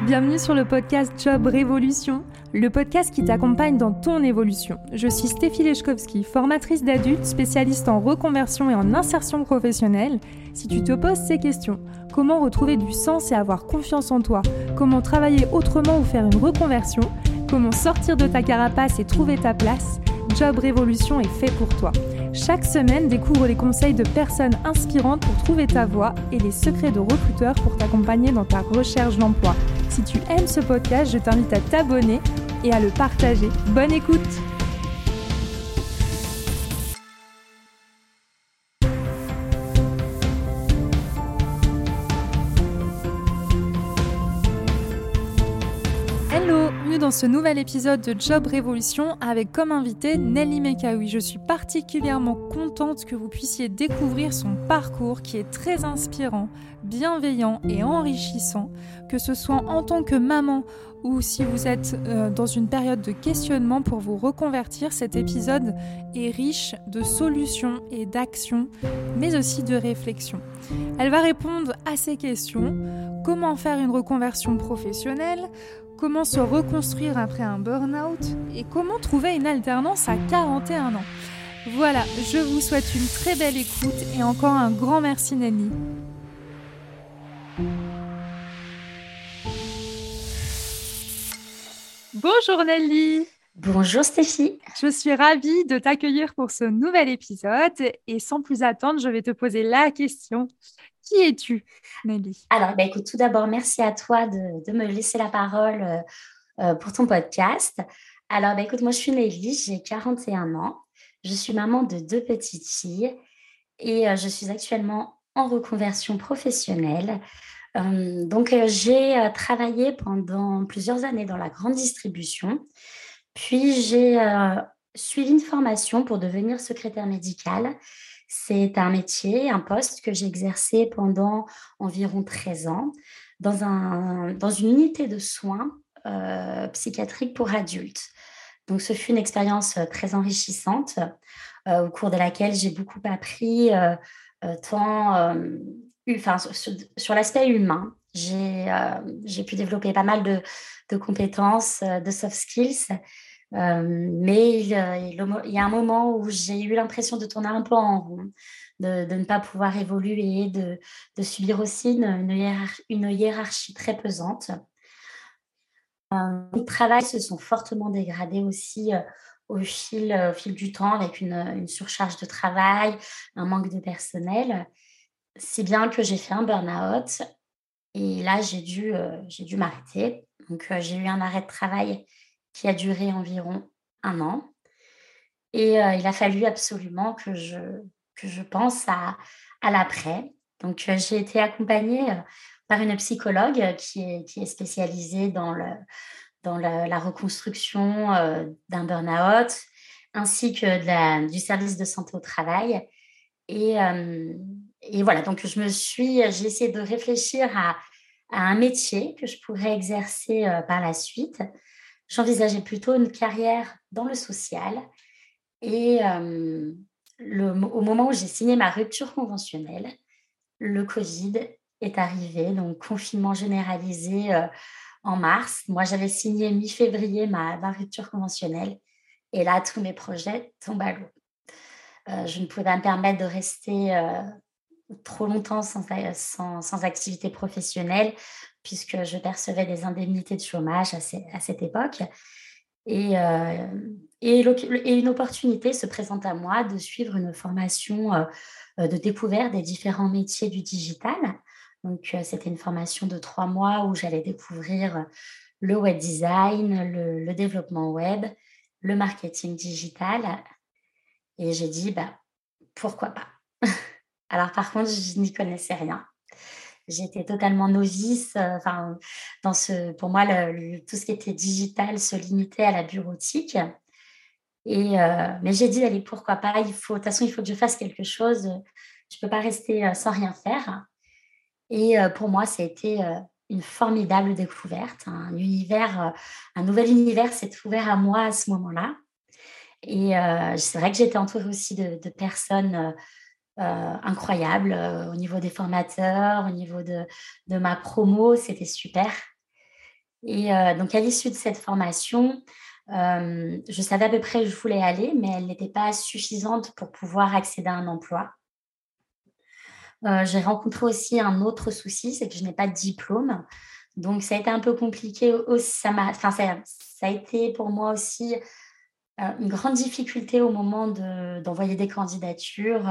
Bienvenue sur le podcast Job Révolution, le podcast qui t'accompagne dans ton évolution. Je suis Stéphie Lechkowski, formatrice d'adultes, spécialiste en reconversion et en insertion professionnelle. Si tu te poses ces questions, comment retrouver du sens et avoir confiance en toi, comment travailler autrement ou faire une reconversion, comment sortir de ta carapace et trouver ta place, Job Révolution est fait pour toi. Chaque semaine, découvre les conseils de personnes inspirantes pour trouver ta voie et les secrets de recruteurs pour t'accompagner dans ta recherche d'emploi. Si tu aimes ce podcast, je t'invite à t'abonner et à le partager. Bonne écoute! Hello, bienvenue dans ce nouvel épisode de Job Révolution avec comme invité Nelly Mekaoui. Je suis particulièrement contente que vous puissiez découvrir son parcours qui est très inspirant, bienveillant et enrichissant, que ce soit en tant que maman ou si vous êtes dans une période de questionnement pour vous reconvertir. Cet épisode est riche de solutions et d'actions, mais aussi de réflexions. Elle va répondre à ces questions. Comment faire une reconversion professionnelle ? Comment se reconstruire après un burn-out et comment trouver une alternance à 41 ans. Voilà, je vous souhaite une très belle écoute et encore un grand merci Nelly. Bonjour Nelly. Bonjour Stéphie. Je suis ravie de t'accueillir pour ce nouvel épisode et sans plus attendre, je vais te poser la question. Qui es-tu, Nelly ? Alors, écoute, tout d'abord, merci à toi de me laisser la parole pour ton podcast. Alors, écoute, moi, je suis Nelly, j'ai 41 ans. Je suis maman de 2 petites filles et je suis actuellement en reconversion professionnelle. J'ai travaillé pendant plusieurs années dans la grande distribution. Puis, j'ai suivi une formation pour devenir secrétaire médicale. C'est un métier, un poste que j'ai exercé pendant environ 13 ans dans une unité de soins psychiatriques pour adultes. Donc, ce fut une expérience très enrichissante au cours de laquelle j'ai beaucoup appris sur l'aspect humain. J'ai pu développer pas mal de compétences, de soft skills. Mais il y a un moment où j'ai eu l'impression de tourner un peu en rond, de ne pas pouvoir évoluer, de subir aussi une hiérarchie très pesante. Les travails se sont fortement dégradés aussi au fil du temps avec une surcharge de travail, un manque de personnel, si bien que j'ai fait un burn-out et là j'ai dû m'arrêter. Donc j'ai eu un arrêt de travail qui a duré environ 1 an et il a fallu absolument que je pense à l'après. Donc j'ai été accompagnée par une psychologue qui est spécialisée dans la reconstruction d'un burn-out ainsi que du service de santé au travail et voilà, donc j'ai essayé de réfléchir à un métier que je pourrais exercer par la suite. J'envisageais plutôt une carrière dans le social et au moment où j'ai signé ma rupture conventionnelle, le Covid est arrivé, donc confinement généralisé en mars. Moi, j'avais signé mi-février ma rupture conventionnelle et là, tous mes projets tombent à l'eau. Je ne pouvais pas me permettre de rester trop longtemps sans activité professionnelle puisque je percevais des indemnités de chômage à cette époque. Et une opportunité se présente à moi de suivre une formation de découverte des différents métiers du digital. Donc, c'était une formation de 3 mois où j'allais découvrir le web design, le développement web, le marketing digital. Et j'ai dit, pourquoi pas? Alors, par contre, je n'y connaissais rien. J'étais totalement novice. Pour moi, tout ce qui était digital se limitait à la bureautique. Mais j'ai dit, allez, pourquoi pas, de toute façon, il faut que je fasse quelque chose. Je ne peux pas rester sans rien faire. Et pour moi, ça a été une formidable découverte. Un nouvel univers s'est ouvert à moi à ce moment-là. Et c'est vrai que j'étais entourée aussi de personnes incroyables au niveau des formateurs, au niveau de ma promo, c'était super. Et donc à l'issue de cette formation, je savais à peu près où je voulais aller, mais elle n'était pas suffisante pour pouvoir accéder à un emploi. J'ai rencontré aussi un autre souci, c'est que je n'ai pas de diplôme. Donc ça a été un peu compliqué aussi, ça a été pour moi aussi, une grande difficulté au moment d'envoyer des candidatures,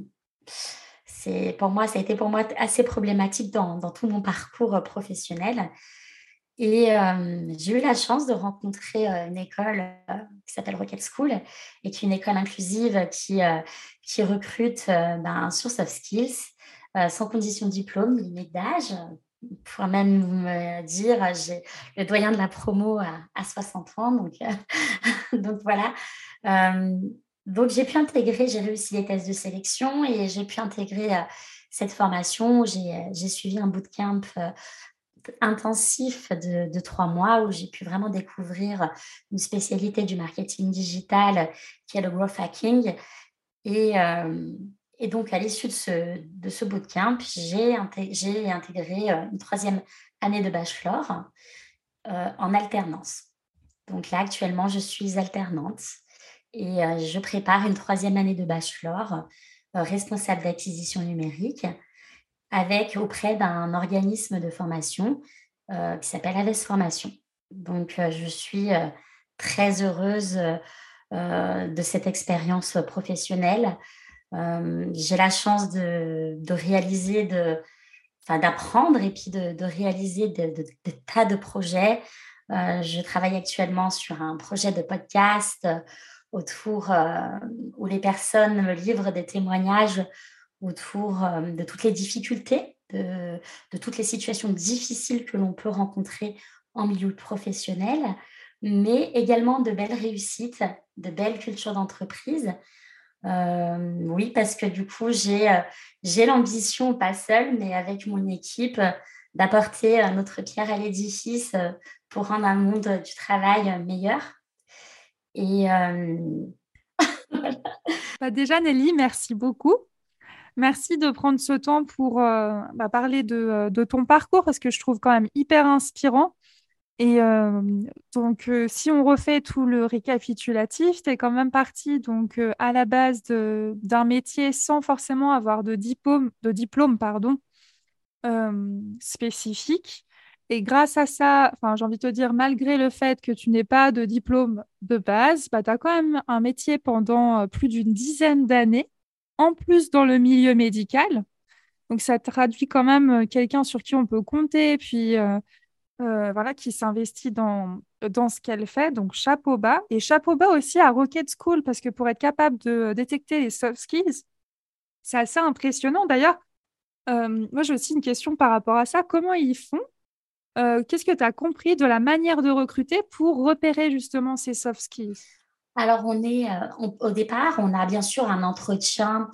ça a été pour moi assez problématique dans tout mon parcours, professionnel. Et j'ai eu la chance de rencontrer, une école, qui s'appelle Rocket School et qui est une école inclusive qui recrute, sur soft skills, sans condition de diplôme, limite d'âge. On pourrait même me dire, j'ai le doyen de la promo à 60 ans, donc donc voilà. Hem, donc j'ai réussi les tests de sélection et j'ai pu intégrer, cette formation où j'ai suivi un bootcamp, intensif de 3 mois où j'ai pu vraiment découvrir une spécialité du marketing digital qui est le growth hacking et donc à l'issue de ce bootcamp, j'ai intégré, une troisième année de bachelor, en alternance. Donc là, actuellement, je suis alternante et je prépare une troisième année de bachelor, responsable d'acquisition numérique auprès d'un organisme de formation, qui s'appelle Aves Formation. Donc je suis, très heureuse, de cette expérience, professionnelle. J'ai la chance de réaliser d'apprendre et puis de réaliser de tas de projets. Je travaille actuellement sur un projet de podcast, où les personnes me livrent des témoignages autour, de toutes les difficultés, de toutes les situations difficiles que l'on peut rencontrer en milieu professionnel, mais également de belles réussites, de belles cultures d'entreprise. Oui, parce que du coup, j'ai l'ambition, pas seule, mais avec mon équipe, d'apporter, notre pierre à l'édifice, pour rendre un monde du travail, meilleur et Bah déjà, Nelly, merci beaucoup. Merci de prendre ce temps pour parler de ton parcours parce que je trouve quand même hyper inspirant. Et si on refait tout le récapitulatif, tu es quand même parti à la base d'un métier sans forcément avoir de diplôme, pardon, spécifique. Et grâce à ça, enfin, j'ai envie de te dire, malgré le fait que tu n'aies pas de diplôme de base, bah, tu as quand même un métier pendant plus d'une dizaine d'années, en plus dans le milieu médical. Donc, ça traduit quand même quelqu'un sur qui on peut compter, puis voilà, qui s'investit dans ce qu'elle fait. Donc, chapeau bas. Et chapeau bas aussi à Rocket School, parce que pour être capable de détecter les soft skills, c'est assez impressionnant. D'ailleurs, moi, j'ai aussi une question par rapport à ça. Comment ils font? Qu'est-ce que tu as compris de la manière de recruter pour repérer justement ces soft skills? Alors au départ, on a bien sûr un entretien,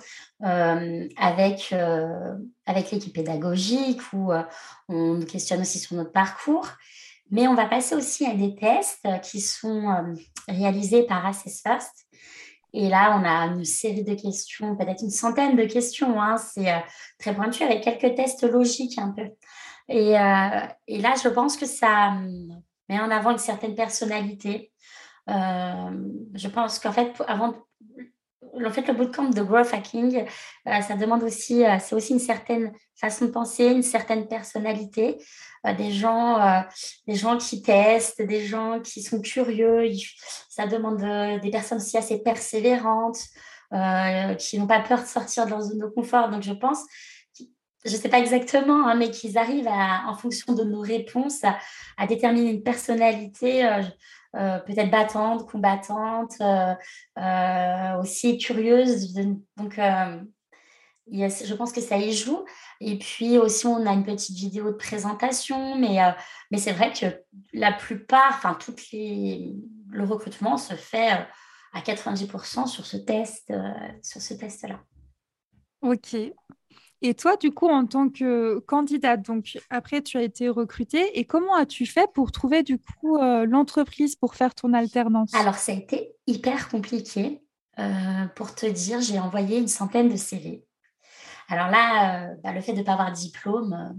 avec l'équipe pédagogique où, on nous questionne aussi sur notre parcours. Mais on va passer aussi à des tests, qui sont, réalisés par Assess First et là, on a une série de questions, peut-être une centaine de questions, hein. C'est, très pointu avec quelques tests logiques un peu et là, je pense que ça, met en avant une certaine personnalité. Je pense qu'en fait, le bootcamp de growth hacking, ça demande aussi, c'est aussi une certaine façon de penser, une certaine personnalité, des gens qui testent, des gens qui sont curieux. Ça demande, des personnes aussi assez persévérantes, qui n'ont pas peur de sortir de leur zone de confort. Donc je pense qui je ne sais pas exactement, hein, mais qu'ils arrivent en fonction de nos réponses, à déterminer une personnalité, peut-être battante, combattante, aussi curieuse. Donc, je pense que ça y joue. Et puis aussi, on a une petite vidéo de présentation, mais c'est vrai que la plupart, enfin, le recrutement se fait à 90% sur ce test-là. Ok. Et toi, du coup, en tant que candidate, donc après, tu as été recrutée. Et comment as-tu fait pour trouver, du coup, l'entreprise pour faire ton alternance? Alors, ça a été hyper compliqué. Pour te dire, j'ai envoyé une centaine de CV. Alors là, le fait de ne pas avoir de diplôme,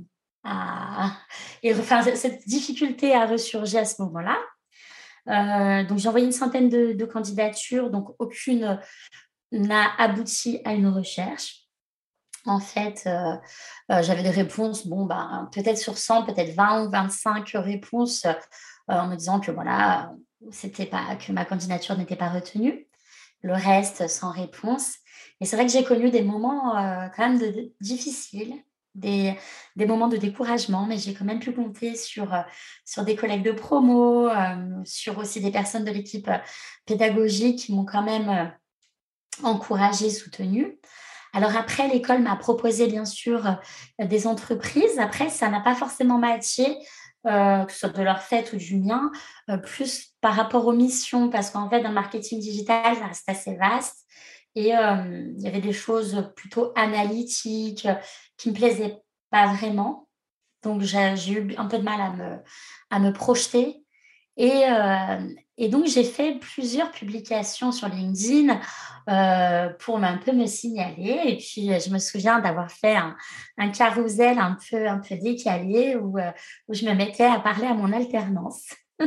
à et enfin, cette difficulté a ressurgi à ce moment-là. Donc j'ai envoyé une centaine de candidatures, donc aucune n'a abouti à une recherche. En fait, j'avais des réponses, bon, ben, peut-être sur 100, peut-être 20 ou 25 réponses, en me disant que voilà, c'était pas que ma candidature n'était pas retenue. Le reste sans réponse. Et c'est vrai que j'ai connu des moments, quand même de difficiles, des moments de découragement, mais j'ai quand même pu compter sur des collègues de promo, sur aussi des personnes de l'équipe, pédagogique qui m'ont quand même, encouragée, soutenue. Alors après, l'école m'a proposé bien sûr, des entreprises. Après, ça n'a pas forcément matché, que ce soit de leur fait ou du mien, plus par rapport aux missions parce qu'en fait, dans le marketing digital, ça reste assez vaste et il y avait des choses plutôt analytiques, qui me plaisaient pas vraiment. Donc j'ai eu un peu de mal à me projeter et donc j'ai fait plusieurs publications sur LinkedIn, pour un peu me signaler et puis, je me souviens d'avoir fait un carrousel un peu décalé où je me mettais à parler à mon alternance.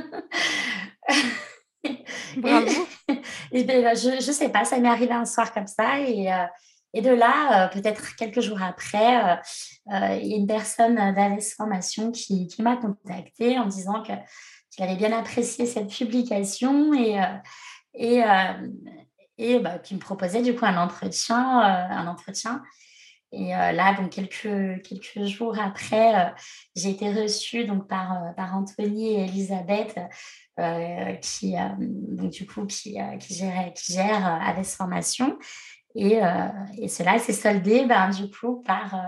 Et Bravo. et beh, je sais pas, ça m'est arrivé un soir comme ça et de là, peut-être quelques jours après, il y a une personne, d'AVS Formation qui m'a contactée en disant qu'il avait bien apprécié cette publication et hem et bah, qui me proposait du coup un entretien et là donc quelques jours après, j'ai été reçue donc par Anthony et Elisabeth, donc du coup qui gèrent, AVS Formation et heu et cela s'est soldé, ben, du coup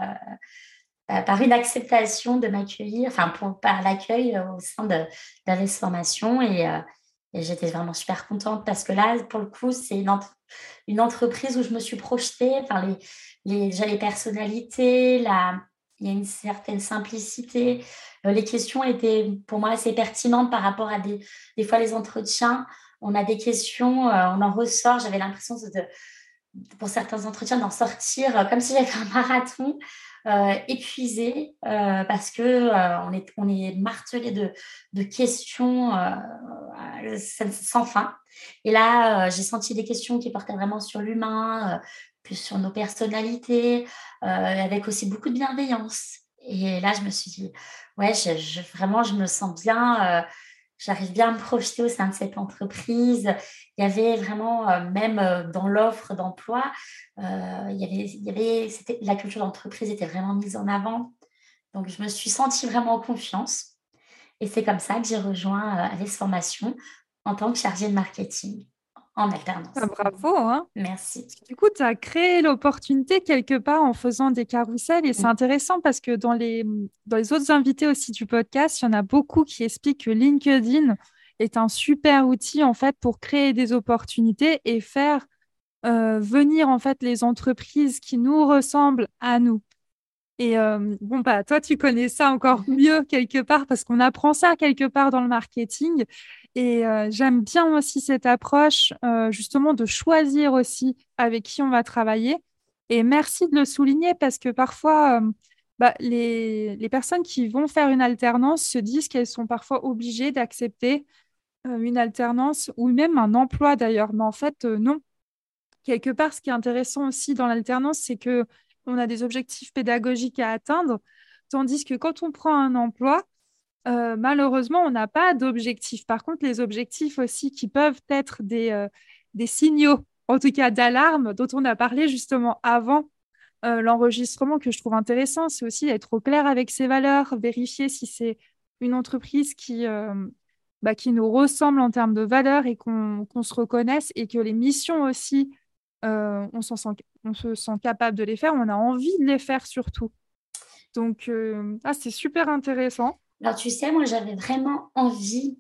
par une acceptation de m'accueillir, enfin par l'accueil, au sein de d'AVS Formation et j'étais vraiment super contente parce que là, pour le coup, c'est une entreprise où je me suis projetée, enfin déjà les personnalités, il y a une certaine simplicité. Les questions étaient pour moi assez pertinentes par rapport à des fois les entretiens, on a des questions, on en ressort, j'avais l'impression pour certains entretiens d'en sortir, comme si j'avais fait un marathon, épuisée, parce que, on est martelé de questions, sans fin et là, j'ai senti des questions qui portaient vraiment sur l'humain, plus sur nos personnalités, avec aussi beaucoup de bienveillance et là, je me suis dit: «Ouais, je vraiment, je me sens bien, j'arrive bien à me projeter au sein de cette entreprise». Il y avait vraiment, même, dans l'offre d'emploi, il y avait c'était la culture d'entreprise était vraiment mise en avant. Donc je me suis sentie vraiment en confiance et c'est comme ça que j'ai rejoint, AVS Formation en tant que chargée de marketing en alternance. Ah, bravo, hein. Merci. Parce que du coup, tu as créé l'opportunité quelque part en faisant des carousels et c'est Mmh. intéressant parce que dans les autres invités aussi du podcast, il y en a beaucoup qui expliquent que LinkedIn est un super outil en fait pour créer des opportunités et faire venir en fait les entreprises qui nous ressemblent à nous. Et bon, bah, toi, tu connais ça encore Mmh. mieux quelque part parce qu'on apprend ça quelque part dans le marketing. Et j'aime bien aussi cette approche, justement, de choisir aussi avec qui on va travailler. Et merci de le souligner parce que parfois, bah, les personnes qui vont faire une alternance se disent qu'elles sont parfois obligées d'accepter une alternance ou même un emploi d'ailleurs. Mais en fait, non. Quelque part, ce qui est intéressant aussi dans l'alternance, c'est que on a des objectifs pédagogiques à atteindre, tandis que quand on prend un emploi, malheureusement, on n'a pas d'objectifs. Par contre, les objectifs aussi qui peuvent être des signaux, en tout cas d'alarme, dont on a parlé justement avant l'enregistrement, que je trouve intéressant, c'est aussi être au clair avec ses valeurs, vérifier si c'est une entreprise qui nous ressemble en termes de valeurs et qu'on se reconnaisse et que les missions aussi, on se sent capable de les faire, on a envie de les faire surtout. Donc, c'est super intéressant. Alors tu sais, moi j'avais vraiment envie,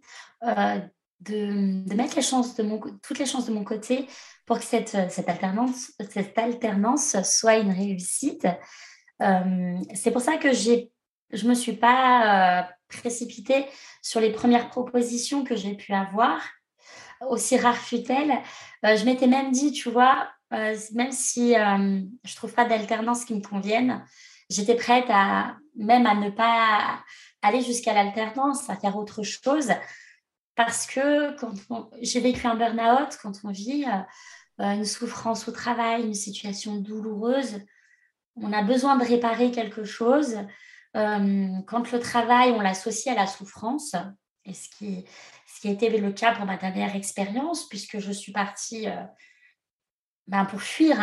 de mettre les chances de toutes les chances de mon côté pour que cette alternance soit une réussite. C'est pour ça que je me suis pas, précipitée sur les premières propositions que j'ai pu avoir, aussi rares fut-elle. Je m'étais même dit, tu vois, même si, je trouve pas d'alternance qui me convienne, j'étais prête même à ne pas aller jusqu'à l'alternance, à faire autre chose. Parce que j'ai vécu un burn-out, quand on vit une souffrance au travail, une situation douloureuse, on a besoin de réparer quelque chose. Quand le travail, on l'associe à la souffrance, et ce qui a été le cas pour ma dernière expérience, puisque je suis partie pour fuir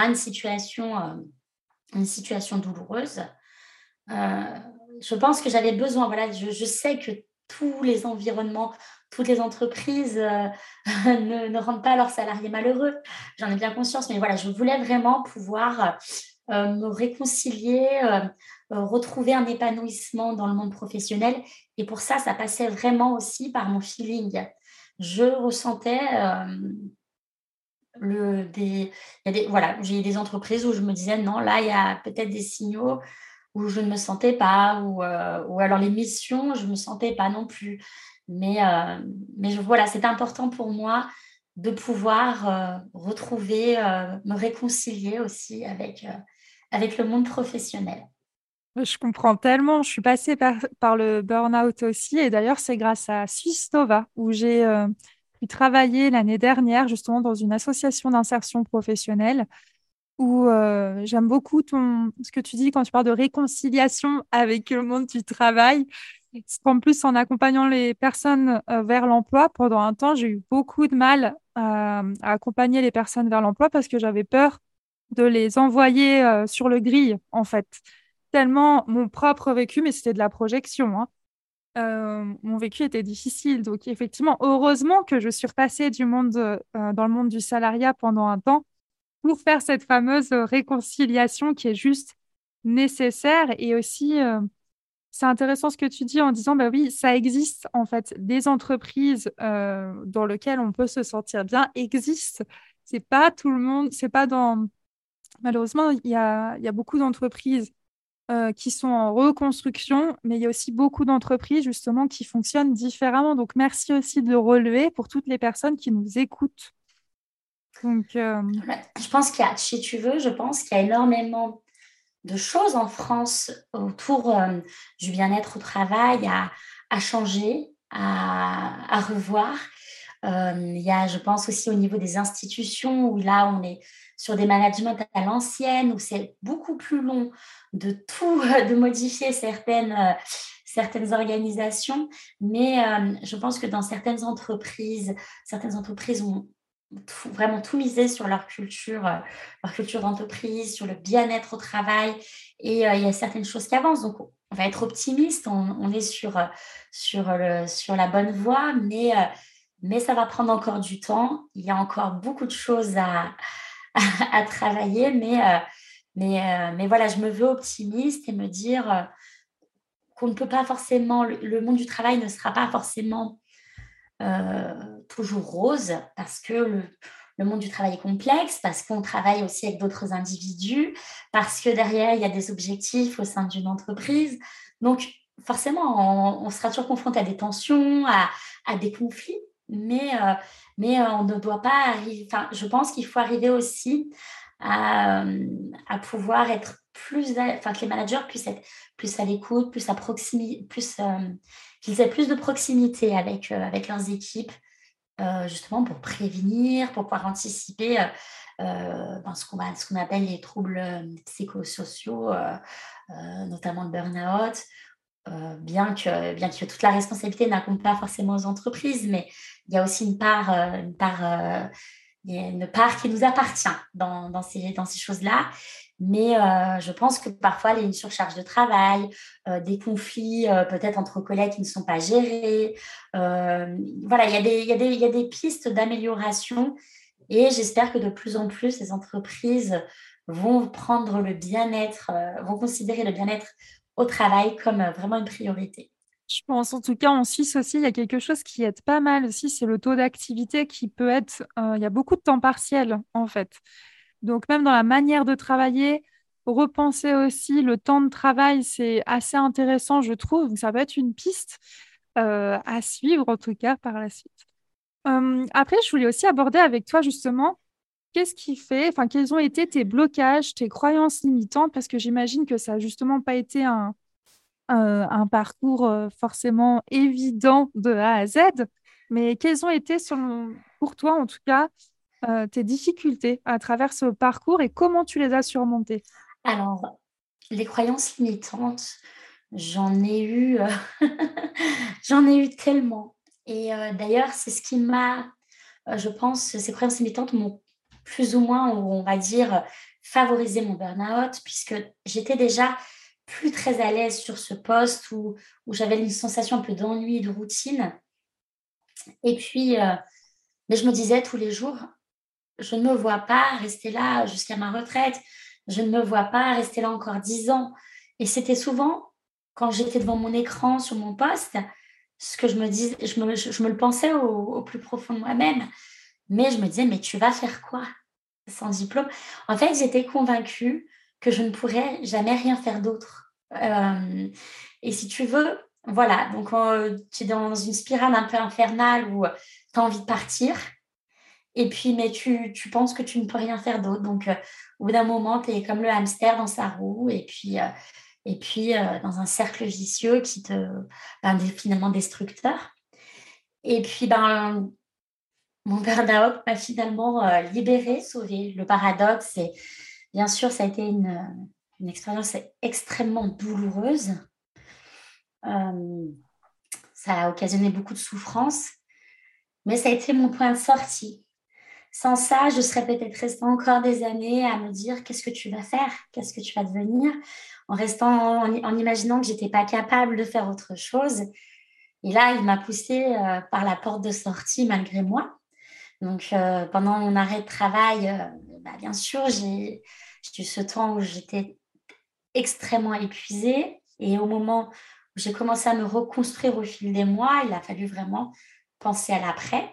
une situation douloureuse. Heu, je pense que j'avais besoin, voilà, je sais que tous les environnements, toutes les entreprises, ne rendent pas leurs salariés malheureux. J'en ai bien conscience, mais voilà, je voulais vraiment pouvoir, me réconcilier, retrouver un épanouissement dans le monde professionnel, et pour ça, ça passait vraiment aussi par mon feeling. Je ressentais, il y a des voilà, j'ai des entreprises où je me disais: «Non, là, il y a peut-être des signaux où je ne me sentais pas, ou alors les missions, je ne me sentais pas non plus». Mais, voilà, c'est important pour moi de pouvoir, retrouver, me réconcilier aussi avec le monde professionnel. Je comprends tellement. Je suis passée par le burn-out aussi. Et d'ailleurs, c'est grâce à Suisse Nova où j'ai pu travailler l'année dernière, justement, dans une association d'insertion professionnelle où j'aime beaucoup ce que tu dis quand tu parles de réconciliation avec le monde du travail. En plus, en accompagnant les personnes vers l'emploi, pendant un temps, j'ai eu beaucoup de mal à accompagner les personnes vers l'emploi parce que j'avais peur de les envoyer sur le grill, en fait. Tellement mon propre vécu, mais c'était de la projection, hein. Mon vécu était difficile. Donc, effectivement, heureusement que je suis repassée dans le monde du salariat pendant un temps pour faire cette fameuse réconciliation qui est juste nécessaire. Et aussi, c'est intéressant ce que tu dis en disant, bah oui, ça existe en fait, des entreprises dans lesquelles on peut se sentir bien existent. C'est pas tout le monde, c'est pas dans... Malheureusement, il y a beaucoup d'entreprises qui sont en reconstruction, mais il y a aussi beaucoup d'entreprises justement qui fonctionnent différemment. Donc, merci aussi de le relever pour toutes les personnes qui nous écoutent. Donc, Ouais, je pense qu'il y a si tu veux, je pense qu'il y a énormément de choses en France autour, du bien-être au travail à changer, à revoir. Il y a, je pense aussi au niveau des institutions où là, on est sur des managements à l'ancienne, où c'est beaucoup plus long de tout, de modifier certaines organisations. Mais, je pense que dans certaines entreprises ont vraiment tout misé sur leur culture d'entreprise, sur le bien-être au travail, et il y a certaines choses qui avancent. Donc on va être optimiste, on est sur la bonne voie, mais ça va prendre encore du temps. Il y a encore beaucoup de choses à travailler, mais voilà, je me veux optimiste et me dire, qu'on ne peut pas forcément le monde du travail ne sera pas forcément, toujours rose, parce que le monde du travail est complexe, parce qu'on travaille aussi avec d'autres individus, parce que derrière, il y a des objectifs au sein d'une entreprise. Donc forcément, on sera toujours confronté à des tensions, à des conflits, on ne doit pas arriver, enfin, je pense qu'il faut arriver aussi à pouvoir être enfin, que les managers puissent être plus à l'écoute, plus à proximité, qu'ils aient plus de proximité avec leurs équipes, justement pour prévenir, pour pouvoir anticiper, ce qu'on appelle les troubles, psychosociaux, notamment le burn-out. Bien que toute la responsabilité n'incombe pas forcément aux entreprises, mais il y a aussi il y a une part qui nous appartient dans ces choses-là. Mais, je pense que parfois, il y a une surcharge de travail, des conflits, peut-être entre collègues qui ne sont pas gérés. Voilà, il y a des pistes d'amélioration, et j'espère que de plus en plus, les entreprises vont considérer le bien-être au travail comme, vraiment une priorité. je pense en tout cas en Suisse aussi, il y a quelque chose qui aide pas mal aussi, c'est le taux d'activité qui peut être... il y a beaucoup de temps partiel en fait. Donc même dans la manière de travailler, repenser aussi le temps de travail, c'est assez intéressant, je trouve. Donc ça peut être une piste à suivre en tout cas par la suite. Après, je voulais aussi aborder avec toi justement, qu'est-ce qui fait, enfin, quels ont été tes blocages, tes croyances limitantes, parce que j'imagine que ça n'a justement pas été un parcours forcément évident de A à Z, mais quelles ont été, pour toi en tout cas, tes difficultés à travers ce parcours et comment tu les as surmontées? Alors, les croyances limitantes, j'en ai eu, j'en ai eu tellement et d'ailleurs, c'est ce qui m'a, je pense, ces croyances limitantes m'ont plus ou moins, ou on va dire, favorisé mon burn-out puisque j'étais déjà plus très à l'aise sur ce poste où j'avais une sensation un peu d'ennui, de routine et puis, mais je me disais tous les jours: «Je ne me vois pas rester là jusqu'à ma retraite. Je ne me vois pas rester là encore 10 ans» et c'était souvent quand j'étais devant mon écran sur mon poste, ce que je me dis je me le pensais au plus profond de moi-même, mais je me disais: «Mais tu vas faire quoi sans diplôme?» En fait, j'étais convaincue que je ne pourrais jamais rien faire d'autre, et si tu veux, voilà, donc tu es dans une spirale un peu infernale où, tu as envie de partir et puis mais tu penses que tu ne peux rien faire d'autre donc au bout d'un moment, tu es comme le hamster dans sa roue et puis dans un cercle vicieux qui te ben, finalement destructeur et puis, ben, mon burn-out m'a finalement, libérée, sauvée. Le paradoxe, c'est bien sûr, ça a été une expérience extrêmement douloureuse. Hem, Ça a occasionné beaucoup de souffrance, mais ça a été mon point de sortie. Sans ça, je serais peut-être restée encore des années à me dire: «Qu'est-ce que tu vas faire? Qu'est-ce que tu vas devenir?» en restant en imaginant que j'étais pas capable de faire autre chose et là, il m'a poussée, par la porte de sortie malgré moi. Donc pendant mon arrêt de travail, bah, bien sûr, j'ai eu ce temps où j'étais extrêmement épuisée et au moment où j'ai commencé à me reconstruire au fil des mois, il a fallu vraiment penser à l'après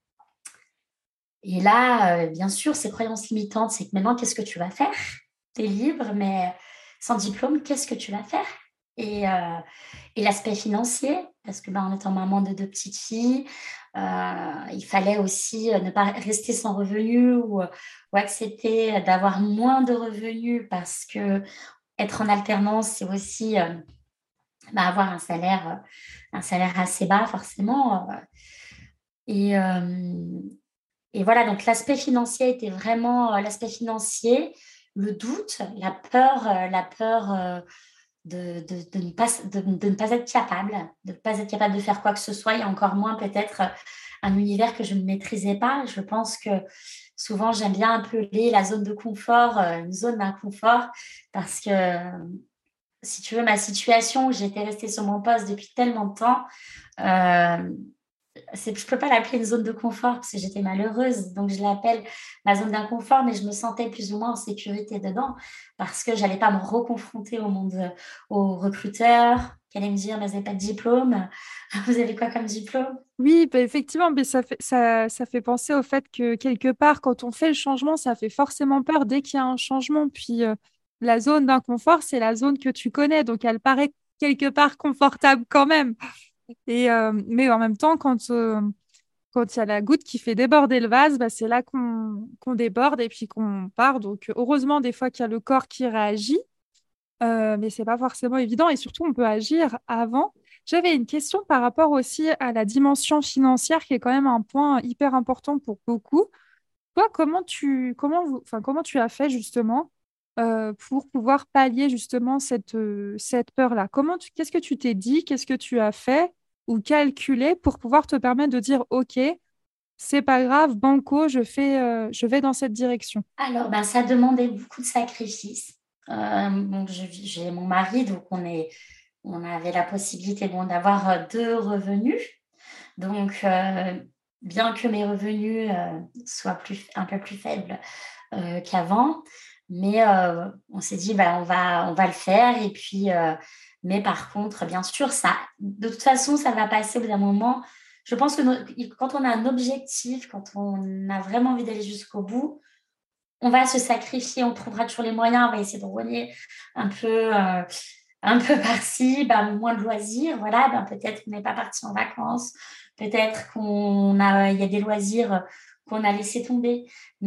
et là, bien sûr, ces croyances limitantes, c'est que maintenant, qu'est-ce que tu vas faire? Tu es libre, mais sans diplôme, qu'est-ce que tu vas faire? Et heu et l'aspect financier, parce que, ben, en étant maman de 2 petites filles, il fallait aussi, ne pas rester sans revenu ou accepter d'avoir moins de revenus parce qu'être en alternance, c'est aussi, bah, avoir un salaire assez bas forcément, et hem et voilà, donc l'aspect financier était vraiment, l'aspect financier, le doute, la peur, de ne pas être capable, de ne pas être capable de faire quoi que ce soit et encore moins peut-être, un univers que je ne maîtrisais pas. Je pense que souvent j'aime bien appeler la zone de confort, une zone d'inconfort parce que, si tu veux, ma situation où j'étais restée sur mon poste depuis tellement de temps, hem je peux pas l'appeler une zone de confort parce que j'étais malheureuse, donc je l'appelle ma zone d'inconfort, mais je me sentais plus ou moins en sécurité dedans parce que j'allais pas me reconfronter au monde, aux recruteurs qui allaient me dire: «Mais vous avez pas de diplôme, vous avez quoi comme diplôme?» Oui, bah, effectivement, mais ça fait penser au fait que quelque part, quand on fait le changement, ça fait forcément peur dès qu'il y a un changement. Puis la zone d'inconfort, c'est la zone que tu connais, donc elle paraît quelque part confortable quand même. Mais en même temps, quand il y a la goutte qui fait déborder le vase, bah, c'est là qu'on déborde et puis qu'on part. Donc heureusement, des fois qu'il y a le corps qui réagit. Mais c'est pas forcément évident et surtout on peut agir avant. J'avais une question par rapport aussi à la dimension financière qui est quand même un point hyper important pour beaucoup. Toi, comment tu as fait justement pour pouvoir pallier justement cette peur-là? Qu'est-ce que tu t'es dit, qu'est-ce que tu as fait ou calculé pour pouvoir te permettre de dire, OK, c'est pas grave, banco, je vais dans cette direction. Alors, ben, ça demandait beaucoup de sacrifices. Donc j'ai mon mari, donc on avait la possibilité, bon, d'avoir, 2 revenus. Donc bien que mes revenus, soient un peu plus faibles, qu'avant. Mais on s'est dit: «Bah, on va le faire» et puis, mais par contre, bien sûr, ça de toute façon, ça va passer au bout d'un moment. Je pense que quand on a un objectif, quand on a vraiment envie d'aller jusqu'au bout, on va se sacrifier, on trouvera toujours les moyens, on va essayer de rogner un peu, un peu par-ci, bah, moins de loisirs, voilà, ben, peut-être qu'on n'est pas parti en vacances, peut-être il y a des loisirs, qu'on a laissé tomber.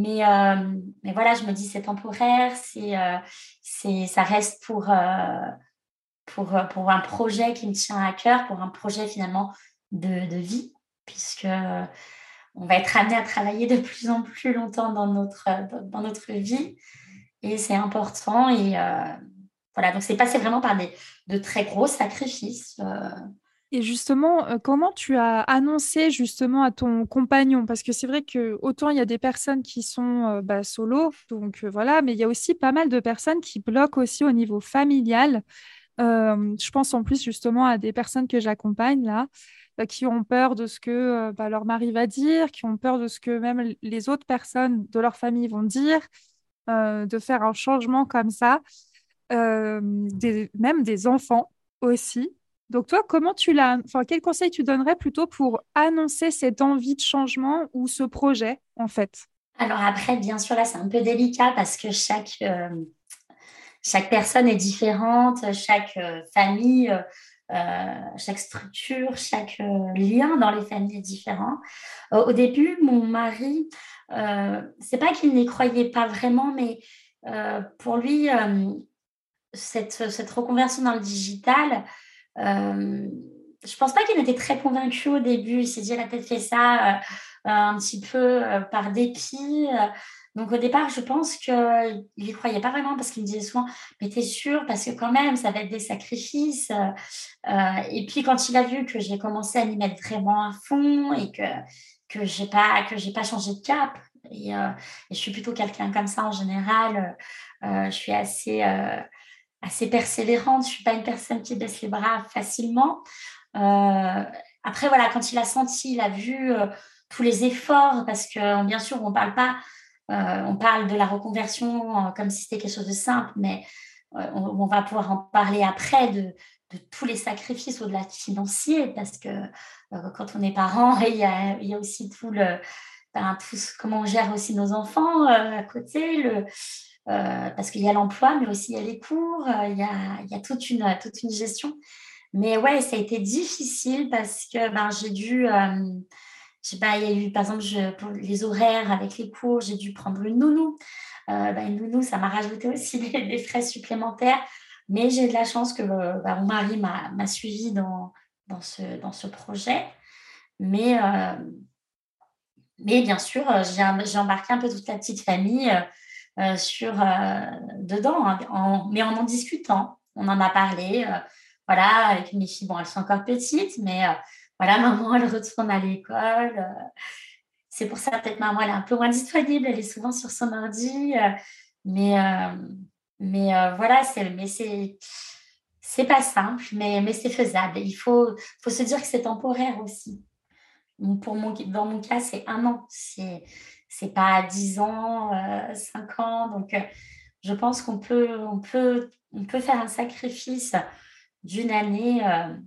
Mais voilà, je me dis: «C'est temporaire, ça reste pour un projet qui me tient à cœur, pour un projet finalement de vie, puisque on va être amené à travailler de plus en plus longtemps dans notre vie et c'est important et voilà, donc c'est passé vraiment par de très gros sacrifices. Et justement, comment tu as annoncé justement à ton compagnon? Parce que c'est vrai que autant il y a des personnes qui sont solo, donc voilà, mais il y a aussi pas mal de personnes qui bloquent aussi au niveau familial. Je pense en plus justement à des personnes que j'accompagne là, qui ont peur de ce que leur mari va dire, qui ont peur de ce que même les autres personnes de leur famille vont dire, de faire un changement comme ça, même des enfants aussi. Donc toi, enfin, quel conseil tu donnerais plutôt pour annoncer cette envie de changement ou ce projet en fait? Alors après, bien sûr, là, c'est un peu délicat parce que chaque personne est différente, chaque famille, chaque structure, chaque lien dans les familles est différent. Au début, mon mari, c'est pas qu'il n'y croyait pas vraiment, mais pour lui, cette reconversion dans le digital, je pense pas qu'il était très convaincu au début. Il s'est dit: «Elle a peut-être fait ça, un petit peu, par dépit», donc au départ, je pense qu'il y croyait pas vraiment parce qu'il me disait souvent: «Mais tu es sûre? Parce que quand même, ça va être des sacrifices», et puis quand il a vu que j'ai commencé à m'y mettre vraiment à fond et que j'ai pas changé de cap et je suis plutôt quelqu'un comme ça en général, je suis assez persévérante, je suis pas une personne qui baisse les bras facilement. Après voilà, quand il a senti, il a vu, tous les efforts parce que bien sûr on parle pas, on parle de la reconversion, comme si c'était quelque chose de simple, mais, on va pouvoir en parler après de tous les sacrifices au-delà de financier parce que, quand on est parent, il y a aussi tout ce comment on gère aussi nos enfants, à côté, parce qu'il y a l'emploi, mais aussi il y a les cours, il y a toute une gestion. Mais ouais, ça a été difficile parce que, ben, j'ai dû, je sais pas, il y a eu par exemple, pour les horaires avec les cours, j'ai dû prendre une nounou. Une nounou, ça m'a rajouté aussi des frais supplémentaires, mais j'ai de la chance que, mon mari m'a suivie dans ce projet. Mais, mais bien sûr, j'ai embarqué un peu toute la petite famille, dedans, hein, mais en discutant. On en a parlé, voilà, avec mes filles. Bon, elles sont encore petites, mais voilà, maman, elle retourne à l'école, c'est pour ça peut-être maman, elle est un peu moins disponible, elle est souvent sur son ordi, mais voilà, c'est pas simple, mais c'est faisable. Il faut se dire que c'est temporaire aussi. Dans mon cas, c'est 1 an, c'est pas 10 ans, 5 ans, donc je pense qu'on peut faire un sacrifice d'une année,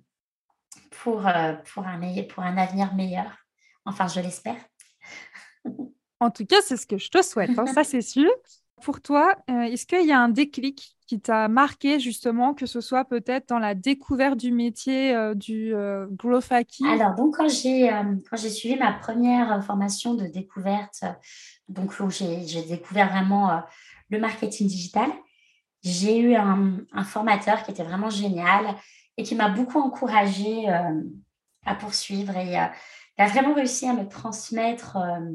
pour un avenir meilleur. Enfin, je l'espère. En tout cas, c'est ce que je te souhaite, hein, ça c'est sûr. Pour toi, est-ce qu'il y a un déclic qui t'a marqué justement, que ce soit peut-être dans la découverte du métier du growth hacking? Alors donc quand j'ai suivi ma première formation de découverte, donc où j'ai découvert vraiment, le marketing digital, j'ai eu un formateur qui était vraiment génial et qui m'a beaucoup encouragée, à poursuivre et il a vraiment réussi à me transmettre,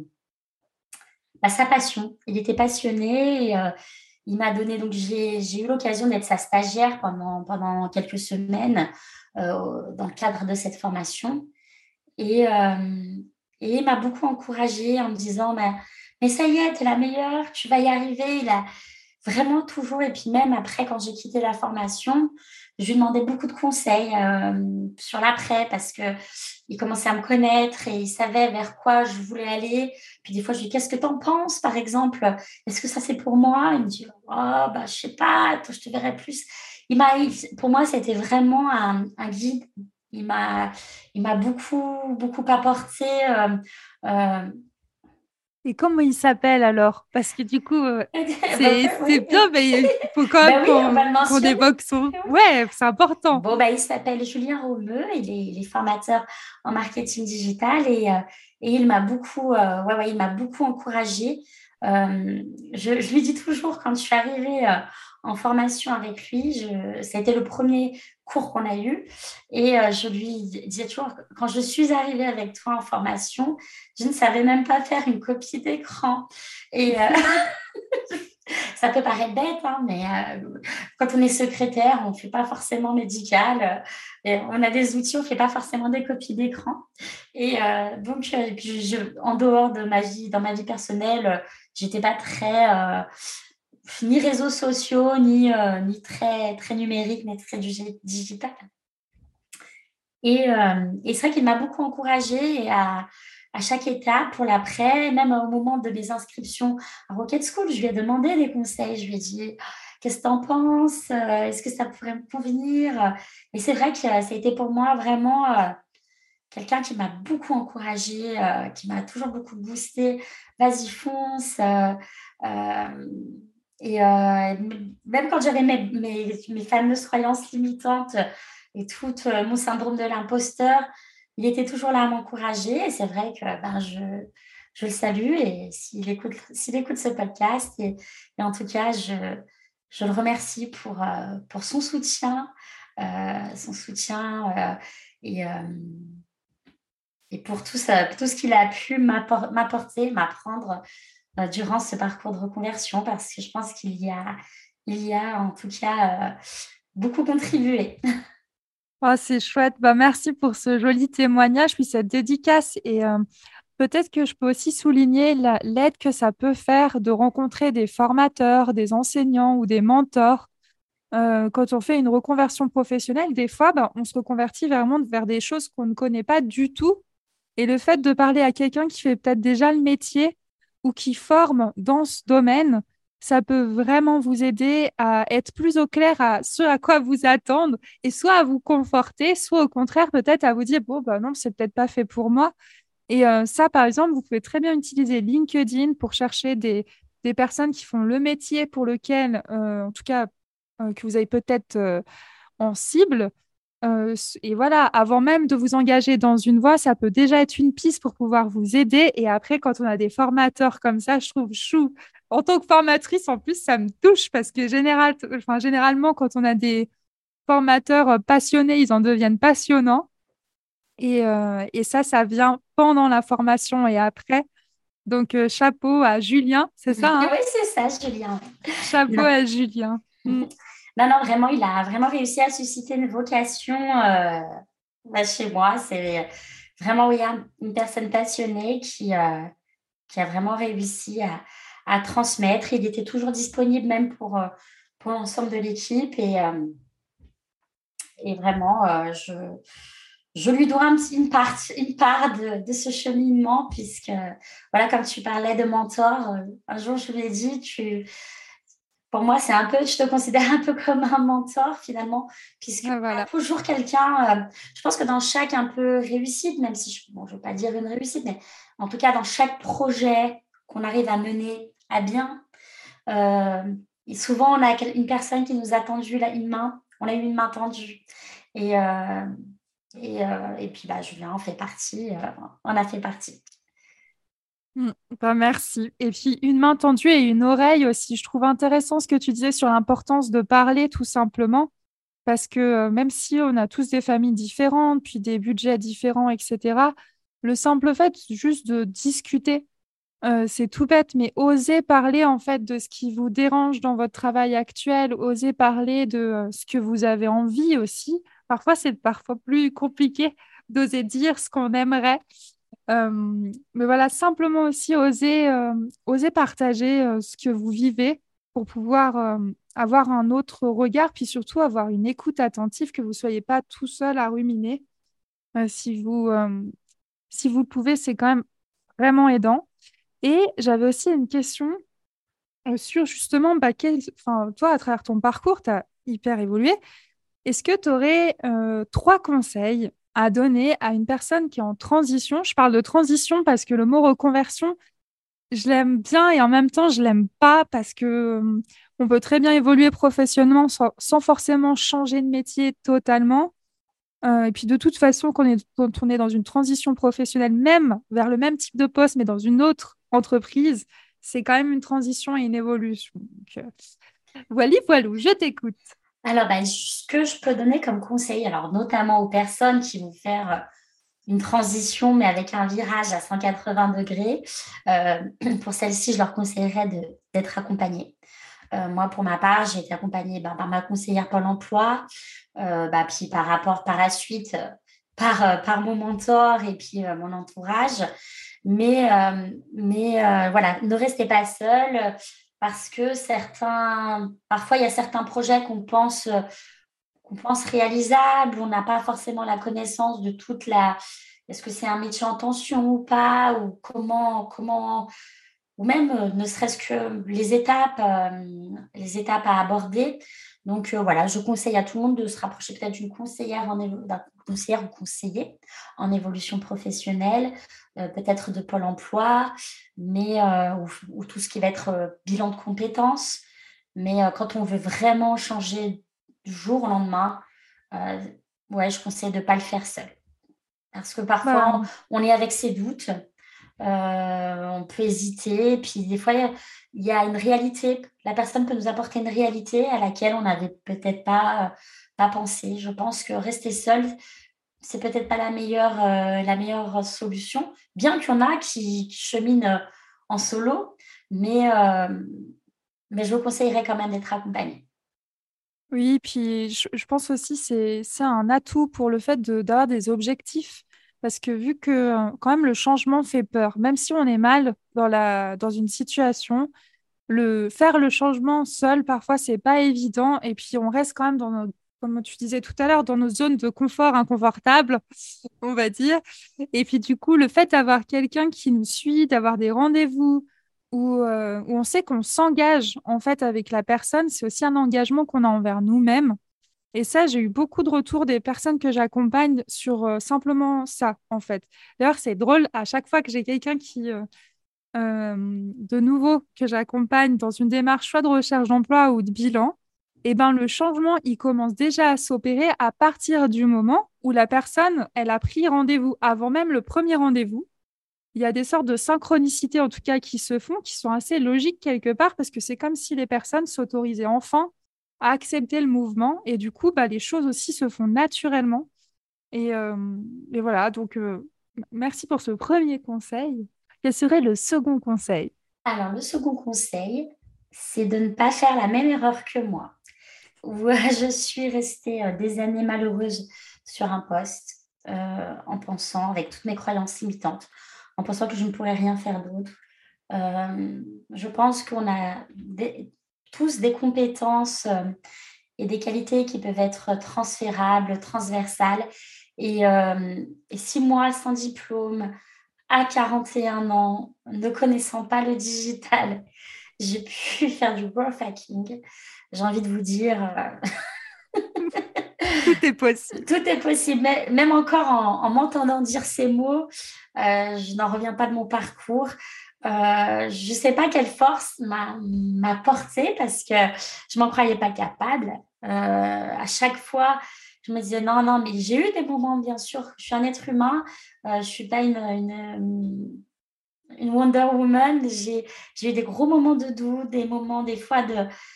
sa passion. Il était passionné et il m'a donné donc j'ai eu l'occasion d'être sa stagiaire pendant quelques semaines, dans le cadre de cette formation et il m'a beaucoup encouragée en me disant: «Mais ça y est, tu es la meilleure, tu vas y arriver». Il a vraiment toujours et puis même après quand j'ai quitté la formation, je lui demandais beaucoup de conseils, sur l'après parce qu'il commençait à me connaître et il savait vers quoi je voulais aller. Puis des fois, je lui dis: «Qu'est-ce que tu en penses, par exemple? Est-ce que ça, c'est pour moi?» Il me dit: «Oh, bah, je sais pas, attends, je te verrai plus». Pour moi, c'était vraiment un guide. Il m'a il m'a beaucoup apporté, heu Et comment il s'appelle alors? Parce que du coup, c'est oui, bien, mais il faut quand même oui, on va le qu'on mentionner. évoque son... Oui. Ouais, c'est important. Bon, il s'appelle Julien Romeu, il est formateur en marketing digital et il m'a beaucoup, il m'a beaucoup encouragée. Je lui dis toujours quand je suis arrivée, en formation avec lui. Ça a été le premier cours qu'on a eu et je lui disais toujours: «Quand je suis arrivée avec toi en formation, je ne savais même pas faire une copie d'écran» et ça peut paraître bête, hein, mais quand on est secrétaire, on ne fait pas forcément médical, et on a des outils, on ne fait pas forcément des copies d'écran et donc et puis en dehors de ma vie dans ma vie personnelle, j'étais pas très, ni réseaux sociaux, ni très très numérique, ni très digital et c'est vrai qu'il m'a beaucoup encouragée et à chaque étape pour l'après, même au moment de mes inscriptions à Rocket School, je lui ai demandé des conseils. Je lui ai dit: «Qu'est-ce que tu en penses? Est-ce que ça pourrait me convenir?» Et c'est vrai que ça a été pour moi vraiment, quelqu'un qui m'a beaucoup encouragée, qui m'a toujours beaucoup boostée: «Vas-y fonce!» hem et même quand j'avais mes fameuses croyances limitantes et tout, mon syndrome de l'imposteur, il était toujours là à m'encourager et c'est vrai que, ben, je le salue et s'il écoute ce podcast et en tout cas, je le remercie pour son soutien, et et pour tout ce qu'il a pu m'apporter, m'apprendre, durant ce parcours de reconversion parce que je pense qu'il y a en tout cas, beaucoup contribué. Oh, c'est chouette. Bah, merci pour ce joli témoignage, puis cette dédicace. Et peut-être que je peux aussi souligner l'aide que ça peut faire de rencontrer des formateurs, des enseignants ou des mentors. Quand on fait une reconversion professionnelle, des fois, bah, on se reconvertit vraiment vers des choses qu'on ne connaît pas du tout. Et le fait de parler à quelqu'un qui fait peut-être déjà le métier ou qui forme dans ce domaine, ça peut vraiment vous aider à être plus au clair à ce à quoi vous attendre et soit à vous conforter, soit au contraire peut-être à vous dire, bon, bah non, c'est peut-être pas fait pour moi. Et ça, par exemple, vous pouvez très bien utiliser LinkedIn pour chercher des personnes qui font le métier pour lequel, en tout cas, que vous avez peut-être en cible. Et voilà, avant même de vous engager dans une voie, ça peut déjà être une piste pour pouvoir vous aider. Et après, quand on a des formateurs comme ça, je trouve chou. En tant que formatrice, en plus, ça me touche parce que généralement, quand on a des formateurs passionnés, ils en deviennent passionnants. Et ça vient pendant la formation et après. Donc, chapeau à Julien, c'est ça, hein? Oui, c'est ça, Julien. Chapeau Non. à Julien. Mm. Non, non, vraiment, il a vraiment réussi à susciter une vocation, bah, chez moi. C'est vraiment, oui, une personne passionnée qui a vraiment réussi à transmettre. Il était toujours disponible même pour l'ensemble de l'équipe et vraiment, je lui dois une part de ce cheminement puisque, voilà, comme tu parlais de mentor, un jour je lui ai dit: «Pour moi, je te considère un peu comme un mentor finalement, puisque Ah, tu as voilà. toujours quelqu'un», je pense que dans chaque un peu réussite, même si bon, je ne veux pas dire une réussite, mais en tout cas dans chaque projet qu'on arrive à mener à bien, et souvent on a une personne qui nous a tendu une main, on a eu une main tendue et et puis, bah, Julien en fait partie, en a fait partie. Mm. Bah, merci. Et puis, une main tendue et une oreille aussi. Je trouve intéressant ce que tu disais sur l'importance de parler tout simplement, parce que même si on a tous des familles différentes, puis des budgets différents, etc., le simple fait juste de discuter, c'est tout bête, mais oser parler en fait de ce qui vous dérange dans votre travail actuel, oser parler de ce que vous avez envie aussi. Parfois, c'est parfois plus compliqué d'oser dire ce qu'on aimerait. Mais voilà, simplement aussi oser partager ce que vous vivez pour pouvoir avoir un autre regard, puis surtout avoir une écoute attentive, que vous ne soyez pas tout seul à ruminer. Si vous le pouvez, c'est quand même vraiment aidant. Et j'avais aussi une question sur justement, bah, enfin, toi, à travers ton parcours, tu as hyper évolué. Est-ce que tu aurais trois conseils à donner à une personne qui est en transition? Je parle de transition parce que le mot reconversion, je l'aime bien et en même temps, je l'aime pas parce que on peut très bien évoluer professionnellement sans forcément changer de métier totalement. Et puis de toute façon, quand on est dans une transition professionnelle, même vers le même type de poste, mais dans une autre entreprise, c'est quand même une transition et une évolution. Donc, Voilà, voilou, je t'écoute. Alors, bah, ce que je peux donner comme conseil, alors notamment aux personnes qui vont faire une transition, mais avec un virage à 180 degrés, euh, pour celles-ci, je leur conseillerais d'être accompagnées. Moi, pour ma part, j'ai été accompagnée par ma conseillère Pôle emploi, puis par rapport par la suite, par mon mentor et puis mon entourage. Mais voilà, ne restez pas seul parce que parfois, il y a certains projets qu'on pense réalisables, on n'a pas forcément la connaissance de est-ce que c'est un métier en tension ou pas, ou ou même ne serait-ce que les étapes à aborder. Donc voilà, je conseille à tout le monde de se rapprocher peut-être d'un conseillère ou conseiller en évolution professionnelle, peut-être de Pôle emploi, ou tout ce qui va être bilan de compétences. Mais quand on veut vraiment changer du jour au lendemain, euh, ouais, je conseille de ne pas le faire seul. Parce que Bah, parfois, on est avec ses doutes, on peut hésiter. Et puis des fois, il y a une réalité. La personne peut nous apporter une réalité à laquelle on n'avait peut-être pas pensé. Je pense que rester seul, c'est peut-être pas la meilleure solution. Bien qu'il y en a qui cheminent en solo, mais, euh, mais je vous conseillerais quand même d'être accompagné. oui, puis je pense aussi c'est un atout pour le fait d'avoir des objectifs. Parce que vu que quand même le changement fait peur, même si on est mal dans une situation, faire le changement seul, parfois, c'est pas évident. Et puis, on reste quand même comme tu disais tout à l'heure, dans nos zones de confort inconfortables, on va dire. Et puis, du coup, le fait d'avoir quelqu'un qui nous suit, d'avoir des rendez-vous où on sait qu'on s'engage, en fait, avec la personne, c'est aussi un engagement qu'on a envers nous-mêmes. Et ça, j'ai eu beaucoup de retours des personnes que j'accompagne sur simplement ça, en fait. D'ailleurs, c'est drôle, à chaque fois que j'ai quelqu'un de nouveau que j'accompagne dans une démarche soit de recherche d'emploi ou de bilan, eh ben, le changement, il commence déjà à s'opérer à partir du moment où la personne, elle a pris rendez-vous avant même le premier rendez-vous. Il y a des sortes de synchronicités, en tout cas, qui se font, qui sont assez logiques quelque part, parce que c'est comme si les personnes s'autorisaient enfin à accepter le mouvement, et du coup, bah, les choses aussi se font naturellement. Et, euh, et voilà, donc merci pour ce premier conseil. Quel serait le second conseil? Alors, le second conseil, c'est de ne pas faire la même erreur que moi. Où je suis restée des années malheureuse sur un poste, en pensant, avec toutes mes croyances limitantes, en pensant que je ne pourrais rien faire d'autre. Je pense qu'on a tous des compétences et des qualités qui peuvent être transférables, transversales. Et 6 mois sans diplôme, à 41 ans, ne connaissant pas le digital, j'ai pu faire du growth hacking. J'ai envie de vous dire, Tout est possible. tout est possible. Même encore en m'entendant dire ces mots, je n'en reviens pas de mon parcours. Je ne sais pas quelle force m'a portée parce que je m'en croyais pas capable. À chaque fois, je me disais non, non, mais j'ai eu des moments, bien sûr. Je suis un être humain. Je suis pas une Wonder Woman. J'ai eu des gros moments de doute, des moments des fois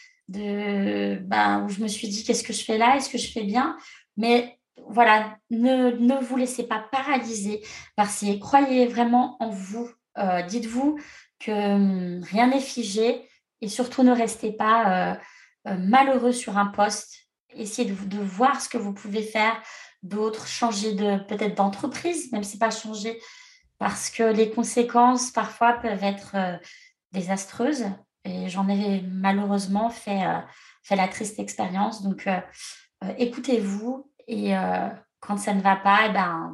où je me suis dit qu'est-ce que je fais là? Est-ce que je fais bien? Mais voilà, ne vous laissez pas paralyser croyez vraiment en vous. Dites-vous que rien n'est figé et surtout ne restez pas malheureux sur un poste. Essayez de voir ce que vous pouvez faire d'autre, changer peut-être d'entreprise, même si pas changer, parce que les conséquences parfois peuvent être désastreuses. Et j'en ai malheureusement fait la triste expérience. Donc, écoutez-vous et quand ça ne va pas, eh ben,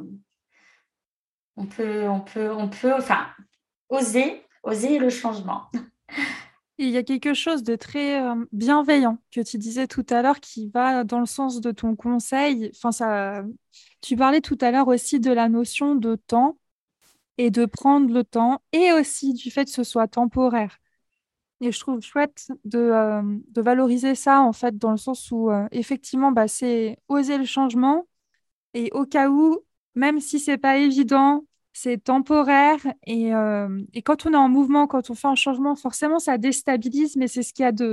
enfin, oser le changement. Il y a quelque chose de très bienveillant que tu disais tout à l'heure qui va dans le sens de ton conseil. Enfin, tu parlais tout à l'heure aussi de la notion de temps et de prendre le temps et aussi du fait que ce soit temporaire. Et je trouve chouette de valoriser ça, en fait, dans le sens où, effectivement, bah, c'est oser le changement et au cas où, même si c'est pas évident, c'est temporaire. Et quand on est en mouvement, quand on fait un changement, forcément, ça déstabilise, mais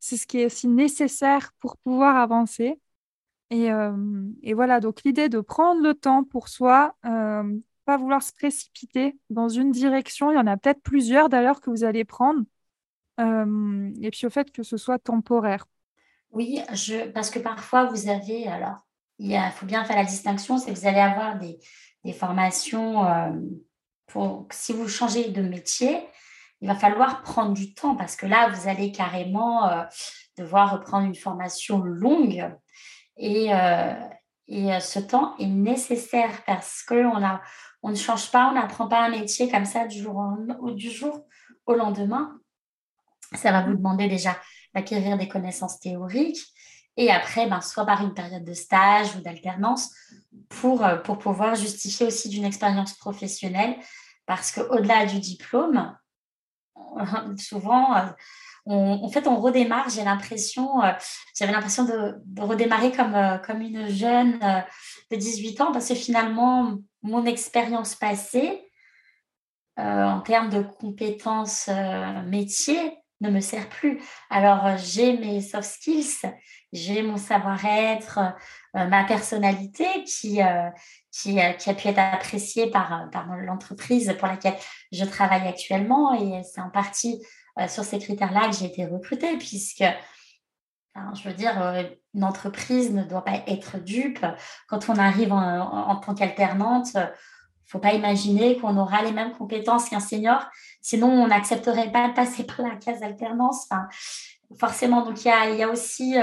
c'est ce qui est aussi nécessaire pour pouvoir avancer. Et voilà, donc l'idée de prendre le temps pour soi, pas vouloir se précipiter dans une direction, il y en a peut-être plusieurs d'ailleurs que vous allez prendre, et puis au fait que ce soit temporaire. Oui, parce que parfois vous avez alors, faut bien faire la distinction, c'est que vous allez avoir des formations, pour si vous changez de métier, il va falloir prendre du temps parce que là, vous allez carrément, devoir reprendre une formation longue et ce temps est nécessaire parce on ne change pas, on n'apprend pas un métier comme ça du jour au lendemain. Ça va vous Mm. demander déjà d'acquérir des connaissances théoriques et après, ben, soit par une période de stage ou d'alternance pour pouvoir justifier aussi d'une expérience professionnelle. Parce qu'au-delà du diplôme, souvent, en fait, on redémarre, j'avais l'impression de redémarrer comme une jeune de 18 ans parce que finalement, mon expérience passée, en termes de compétences, métiers, ne me sert plus. Alors, j'ai mes soft skills, j'ai mon savoir-être, ma personnalité qui a pu être appréciée par l'entreprise pour laquelle je travaille actuellement et c'est en partie, sur ces critères-là que j'ai été recrutée puisque, enfin, je veux dire, une entreprise ne doit pas être dupe. Quand on arrive en tant qu'alternante, faut pas imaginer qu'on aura les mêmes compétences qu'un senior, sinon on n'accepterait pas de passer par la case alternance. Enfin, forcément, donc il y a aussi,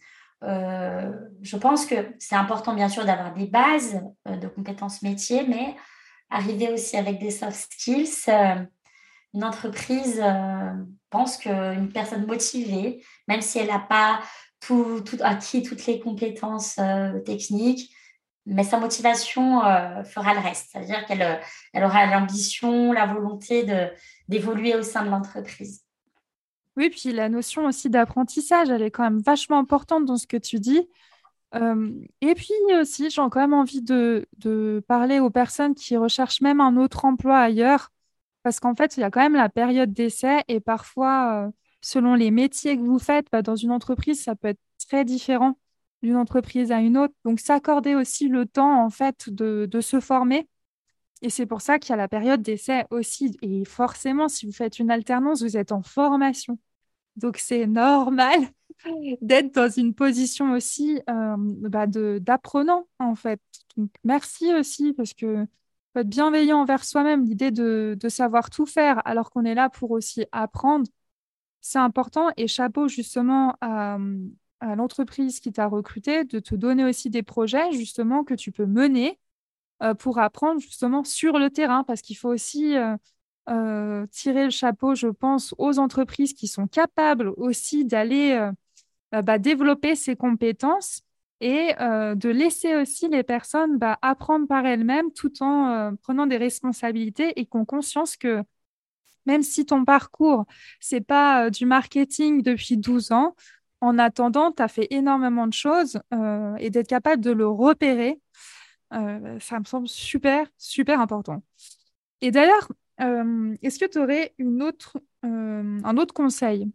je pense que c'est important bien sûr d'avoir des bases, de compétences métiers, mais arriver aussi avec des soft skills, une entreprise, pense qu'une personne motivée, même si elle n'a pas tout acquis toutes les compétences, techniques, mais sa motivation, fera le reste. C'est-à-dire elle aura l'ambition, la volonté d'évoluer au sein de l'entreprise. Oui, puis la notion aussi d'apprentissage, elle est quand même vachement importante dans ce que tu dis. Et puis aussi, j'ai quand même envie de parler aux personnes qui recherchent même un autre emploi ailleurs, parce qu'en fait, il y a quand même la période d'essai et parfois, selon les métiers que vous faites, bah, dans une entreprise, ça peut être très différent d'une entreprise à une autre. Donc, s'accorder aussi le temps, en fait, de se former. Et c'est pour ça qu'il y a la période d'essai aussi. Et forcément, si vous faites une alternance, vous êtes en formation. Donc, c'est normal d'être dans une position aussi bah, d'apprenant, en fait. Donc, merci aussi, parce que faut être bienveillant envers soi-même, l'idée de savoir tout faire, alors qu'on est là pour aussi apprendre, c'est important. Et chapeau justement à l'entreprise qui t'a recruté, de te donner aussi des projets, justement, que tu peux mener pour apprendre justement sur le terrain, parce qu'il faut aussi tirer le chapeau, je pense, aux entreprises qui sont capables aussi d'aller bah, développer ces compétences et de laisser aussi les personnes bah, apprendre par elles-mêmes tout en prenant des responsabilités et qui ont conscience que même si ton parcours, c'est pas du marketing depuis 12 ans, en attendant, tu as fait énormément de choses et d'être capable de le repérer, ça me semble super, super important. Et d'ailleurs, est-ce que tu aurais un autre conseil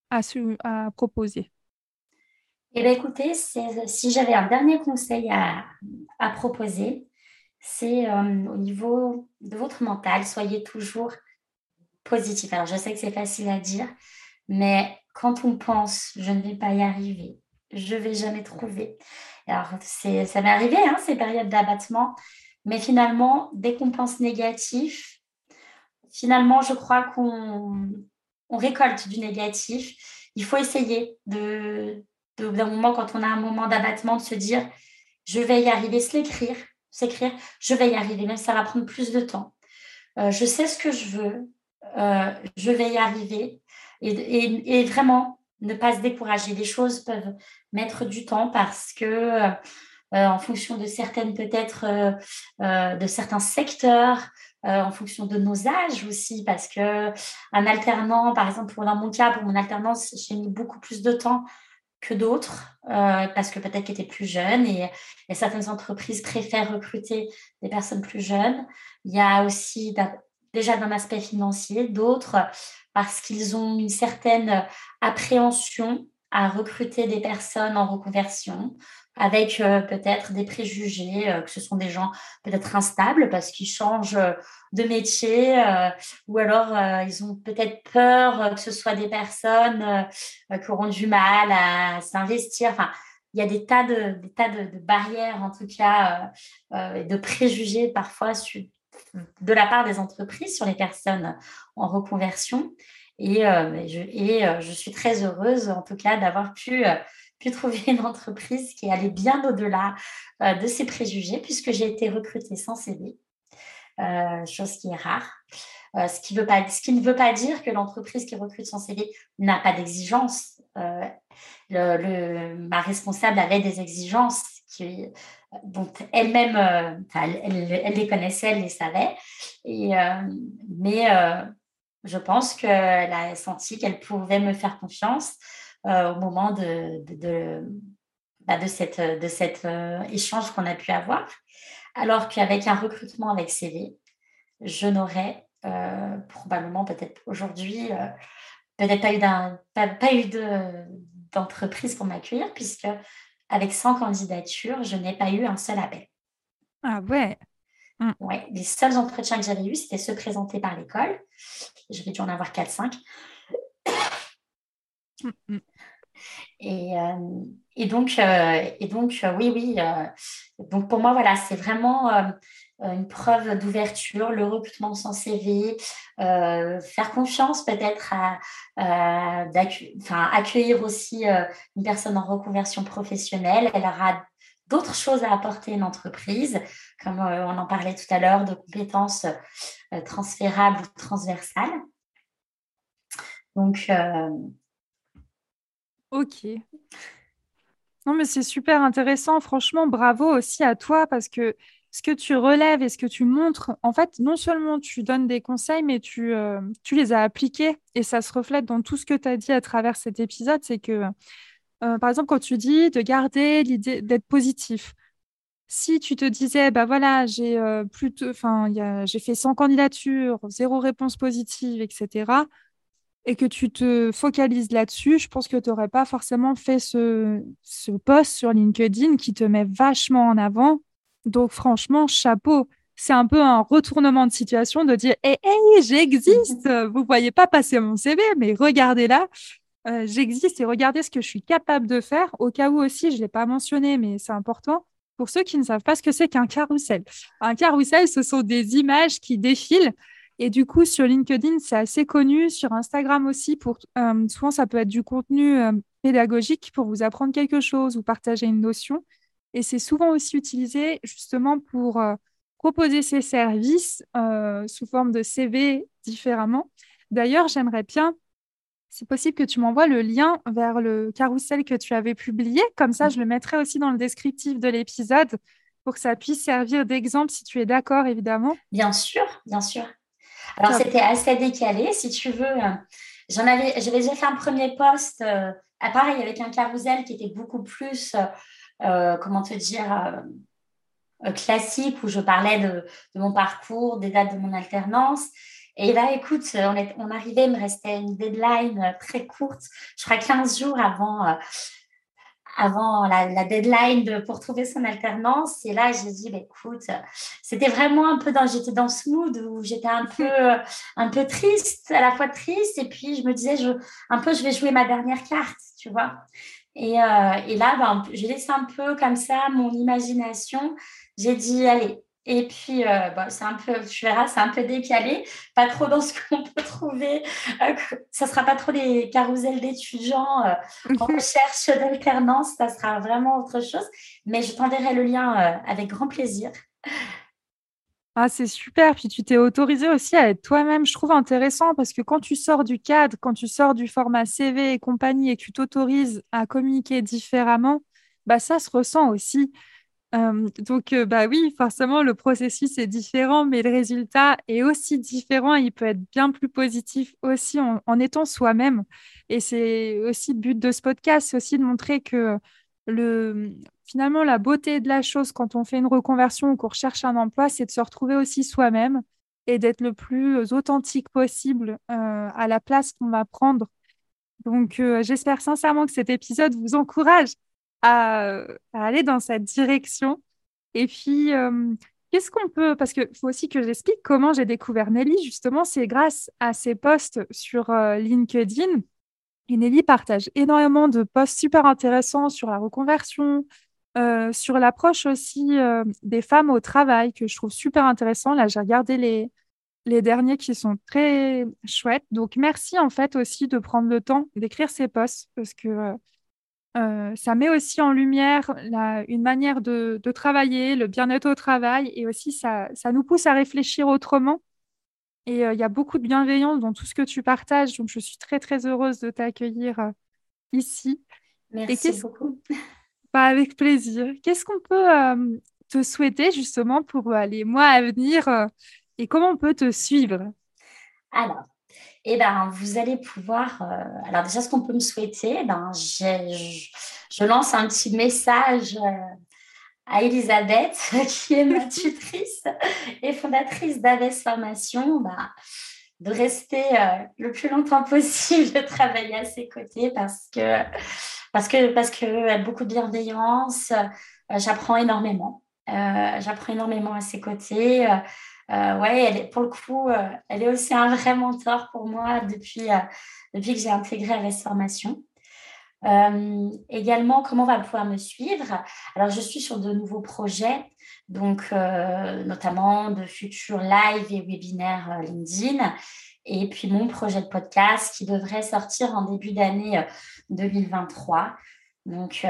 à proposer? Eh bien, écoutez, si j'avais un dernier conseil à proposer, c'est au niveau de votre mental, soyez toujours positif. Alors, je sais que c'est facile à dire, mais quand on pense: «Je ne vais pas y arriver, je vais jamais trouver». Alors ça m'est arrivé, hein, ces périodes d'abattement, mais finalement, dès qu'on pense négatif, finalement, je crois qu'on récolte du négatif. Il faut essayer d'un moment, quand on a un moment d'abattement, de se dire: «Je vais y arriver», s'écrire: «Je vais y arriver», même si ça va prendre plus de temps. Je sais ce que je veux, je vais y arriver et vraiment ne pas se décourager. Les choses peuvent mettre du temps parce que, en fonction de certaines peut-être, de certains secteurs, en fonction de nos âges aussi parce qu'un alternant, par exemple, dans mon cas, pour mon alternance, j'ai mis beaucoup plus de temps que d'autres, parce que peut-être qu'ils étaient plus jeunes et certaines entreprises préfèrent recruter des personnes plus jeunes. Il y a aussi déjà d'un aspect financier, d'autres parce qu'ils ont une certaine appréhension à recruter des personnes en reconversion avec, peut-être des préjugés, que ce sont des gens peut-être instables parce qu'ils changent, de métier, ou alors, ils ont peut-être peur, que ce soit des personnes, qui auront du mal à s'investir. Enfin, il y a des tas de barrières en tout cas, et de préjugés parfois de la part des entreprises sur les personnes en reconversion je suis très heureuse en tout cas d'avoir pu trouver une entreprise qui allait bien au-delà, de ces préjugés puisque j'ai été recrutée sans CV, chose qui est rare. Ce qui ne veut pas dire que l'entreprise qui recrute sans CV n'a pas d'exigences. Ma responsable avait des exigences dont elle-même, enfin, elle les connaissait, elle les savait. Et, mais je pense qu'elle a senti qu'elle pouvait me faire confiance au moment de cet échange qu'on a pu avoir. Alors qu'avec un recrutement avec CV, je n'aurais probablement peut-être aujourd'hui peut-être pas eu d'entreprise pour m'accueillir puisque avec 100 candidatures, je n'ai pas eu un seul appel. Ah ouais. Mmh. Ouais, les seuls entretiens que j'avais eus, c'était ceux présentés par l'école. J'avais dû en avoir 4-5. Mmh mh. Oui, oui, donc pour moi, voilà, c'est vraiment, une preuve d'ouverture, le recrutement sans CV, faire confiance peut-être accueillir aussi, une personne en reconversion professionnelle. Elle aura d'autres choses à apporter à une entreprise, comme, on en parlait tout à l'heure, de compétences, transférables ou transversales. Donc OK. Non, mais c'est super intéressant. Franchement, bravo aussi à toi parce que ce que tu relèves et ce que tu montres, en fait, non seulement tu donnes des conseils, mais tu les as appliqués et ça se reflète dans tout ce que tu as dit à travers cet épisode. C'est que, par exemple, quand tu dis de garder l'idée d'être positif, si tu te disais, bah voilà, j'ai fait 100 candidatures, zéro réponse positive, etc., et que tu te focalises là-dessus, je pense que tu n'aurais pas forcément fait ce post sur LinkedIn qui te met vachement en avant. Donc franchement, chapeau. C'est un peu un retournement de situation de dire, hey, j'existe, vous ne voyez pas passer mon CV, mais regardez là, j'existe et regardez ce que je suis capable de faire. Au cas où aussi, je ne l'ai pas mentionné, mais c'est important. Pour ceux qui ne savent pas ce que c'est qu'un carrousel. Un carrousel, ce sont des images qui défilent. Et du coup, sur LinkedIn, c'est assez connu. Sur Instagram aussi, souvent, ça peut être du contenu pédagogique pour vous apprendre quelque chose ou partager une notion. Et c'est souvent aussi utilisé justement pour proposer ces services sous forme de CV différemment. D'ailleurs, j'aimerais bien c'est possible que tu m'envoies le lien vers le carrousel que tu avais publié. Comme ça, je le mettrai aussi dans le descriptif de l'épisode pour que ça puisse servir d'exemple si tu es d'accord, évidemment. bien sûr, bien sûr. Alors Top. c'était assez décalé, si tu veux, j'avais déjà fait un premier post, pareil avec un carrousel qui était beaucoup plus, comment te dire? Classique où je parlais de mon parcours, des dates de mon alternance. Et là, écoute, on arrivait, il me restait une deadline très courte, je crois 15 jours avant la deadline pour trouver son alternance. Et là, j'ai dit, bah, écoute, c'était vraiment j'étais dans ce mood où j'étais un peu triste, à la fois triste, et puis je me disais, je vais jouer ma dernière carte, tu vois. Et là, ben, j'ai laissé un peu comme ça mon imagination. J'ai dit, allez. Et puis, c'est un peu, tu verras, c'est un peu décalé, pas trop dans ce qu'on peut trouver. Ça sera pas trop les carousels d'étudiants en recherche d'alternance, ça sera vraiment autre chose. Mais je t'enverrai le lien avec grand plaisir. Ah, c'est super. Puis tu t'es autorisé aussi à être toi-même. Je trouve intéressant parce que quand tu sors du cadre, quand tu sors du format CV et compagnie et que tu t'autorises à communiquer différemment, bah ça se ressent aussi. Bah oui, forcément, le processus est différent, mais le résultat est aussi différent. Il peut être bien plus positif aussi en étant soi-même. Et c'est aussi le but de ce podcast, c'est aussi de montrer que finalement, la beauté de la chose quand on fait une reconversion ou qu'on recherche un emploi, c'est de se retrouver aussi soi-même et d'être le plus authentique possible à la place qu'on va prendre. Donc, j'espère sincèrement que cet épisode vous encourage à aller dans cette direction. Et puis, qu'est-ce qu'on peut... Parce qu'il faut aussi que j'explique comment j'ai découvert Nelly. Justement, c'est grâce à ses posts sur LinkedIn. Et Nelly partage énormément de posts super intéressants sur la reconversion, sur l'approche aussi des femmes au travail, que je trouve super intéressant. Là, j'ai regardé les derniers qui sont très chouettes. Donc, merci en fait aussi de prendre le temps d'écrire ces posts parce que ça met aussi en lumière une manière de travailler, le bien-être au travail et aussi ça nous pousse à réfléchir autrement. Et il y a beaucoup de bienveillance dans tout ce que tu partages. Donc, je suis très, très heureuse de t'accueillir ici. Et Merci beaucoup. bah, avec plaisir. Qu'est-ce qu'on peut te souhaiter justement pour les mois à venir et comment on peut te suivre? Alors, eh ben, vous allez pouvoir. Alors, déjà, ce qu'on peut me souhaiter, ben, je lance un petit message à Elisabeth, qui est ma tutrice et fondatrice d'Aves Formation, ben, de rester le plus longtemps possible, de travailler à ses côtés parce que beaucoup de bienveillance, j'apprends énormément. J'apprends énormément à ses côtés. Ouais, pour le coup, elle est aussi un vrai mentor pour moi depuis que j'ai intégré Aves Formation. Également, comment on va pouvoir me suivre? Alors, je suis sur de nouveaux projets, donc notamment de futurs lives et webinaires LinkedIn. Et puis, mon projet de podcast qui devrait sortir en début d'année 2023. Donc,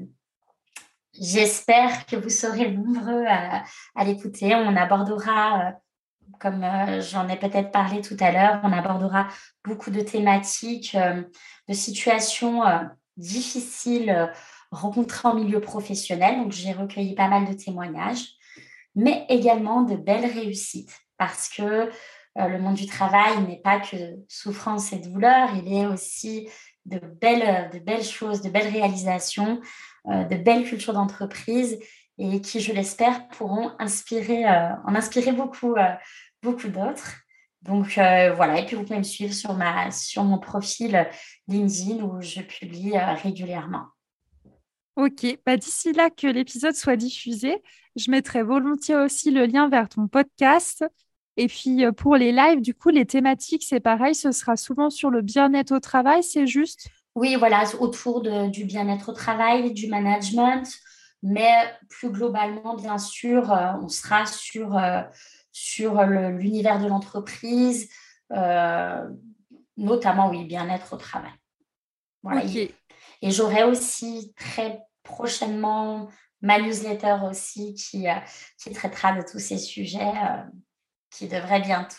j'espère que vous serez nombreux à l'écouter. On abordera, comme j'en ai peut-être parlé tout à l'heure, on abordera beaucoup de thématiques, de situations difficiles rencontrées en milieu professionnel. Donc, j'ai recueilli pas mal de témoignages, mais également de belles réussites parce que le monde du travail n'est pas que souffrance et douleur, il est aussi de belles choses, de belles réalisations, de belles cultures d'entreprise et qui, je l'espère, pourront en inspirer beaucoup d'autres. Donc voilà, et puis vous pouvez me suivre sur mon profil LinkedIn où je publie régulièrement. Ok, bah d'ici là que l'épisode soit diffusé, je mettrai volontiers aussi le lien vers ton podcast. Et puis pour les lives, du coup, les thématiques, c'est pareil, ce sera souvent sur le bien-être au travail, c'est juste? Oui, voilà, autour du bien-être au travail, du management, mais plus globalement, bien sûr, on sera sur l'univers de l'entreprise, euh, notamment, oui, bien-être au travail. Voilà. Ok, Et j'aurai aussi très prochainement ma newsletter aussi qui traitera de tous ces sujets qui devrait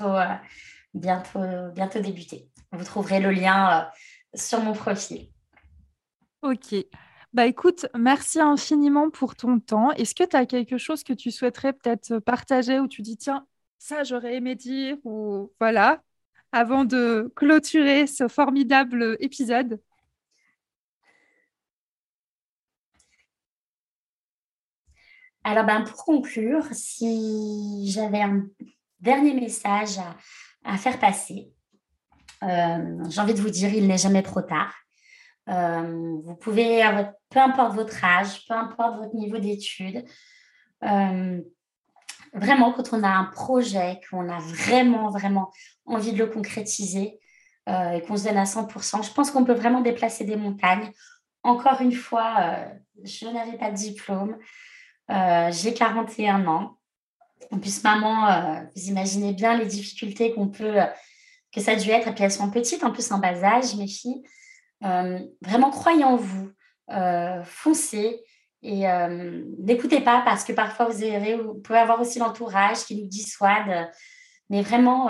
bientôt débuter. Vous trouverez le lien sur mon profil. ok. Bah écoute, merci infiniment pour ton temps. Est-ce que tu as quelque chose que tu souhaiterais peut-être partager où tu dis, tiens, ça j'aurais aimé dire ou voilà, avant de clôturer ce formidable épisode? Alors, ben, pour conclure, si j'avais un dernier message à faire passer, j'ai envie de vous dire, il n'est jamais trop tard. Vous pouvez, peu importe votre âge, peu importe votre niveau d'études, euh, vraiment, quand on a un projet, qu'on a vraiment, vraiment envie de le concrétiser et qu'on se donne à 100%, je pense qu'on peut vraiment déplacer des montagnes. Encore une fois, je n'avais pas de diplôme, j'ai 41 ans. En plus, maman, vous imaginez bien les difficultés que ça a dû être. Et puis, elles sont petites, en plus en bas âge, mes filles. Vraiment, croyez en vous, foncez et n'écoutez pas parce que parfois, vous pouvez avoir aussi l'entourage qui nous dissuade. Mais vraiment,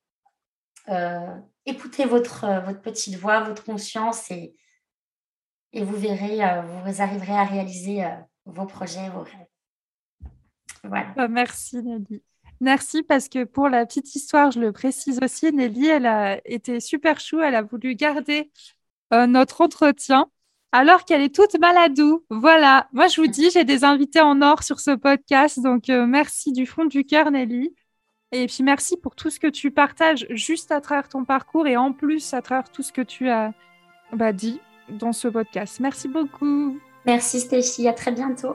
écoutez votre petite voix, votre conscience et vous verrez, vous arriverez à réaliser vos projets, vos rêves. Voilà. Merci Nelly. Merci parce que pour la petite histoire, je le précise aussi, Nelly, elle a été super chou, elle a voulu garder notre entretien alors qu'elle est toute maladou. Voilà, moi je vous dis, j'ai des invités en or sur ce podcast, donc merci du fond du cœur Nelly. Et puis merci pour tout ce que tu partages juste à travers ton parcours et en plus à travers tout ce que tu as dit dans ce podcast. Merci beaucoup. Merci Stéphie, à très bientôt.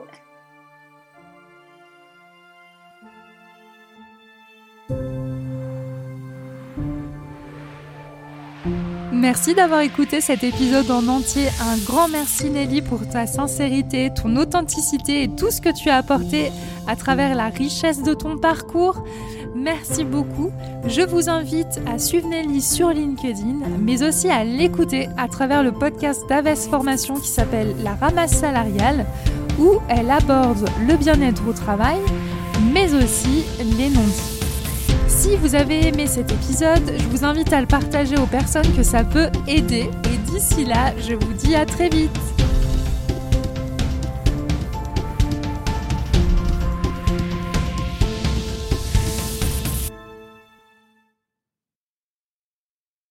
Merci d'avoir écouté cet épisode en entier. Un grand merci Nelly pour ta sincérité, ton authenticité et tout ce que tu as apporté à travers la richesse de ton parcours. Merci beaucoup. Je vous invite à suivre Nelly sur LinkedIn, mais aussi à l'écouter à travers le podcast d'Aves Formation qui s'appelle La Ramasse Salariale, où elle aborde le bien-être au travail, mais aussi les non-dits. Si vous avez aimé cet épisode, je vous invite à le partager aux personnes que ça peut aider. Et d'ici là, je vous dis à très vite.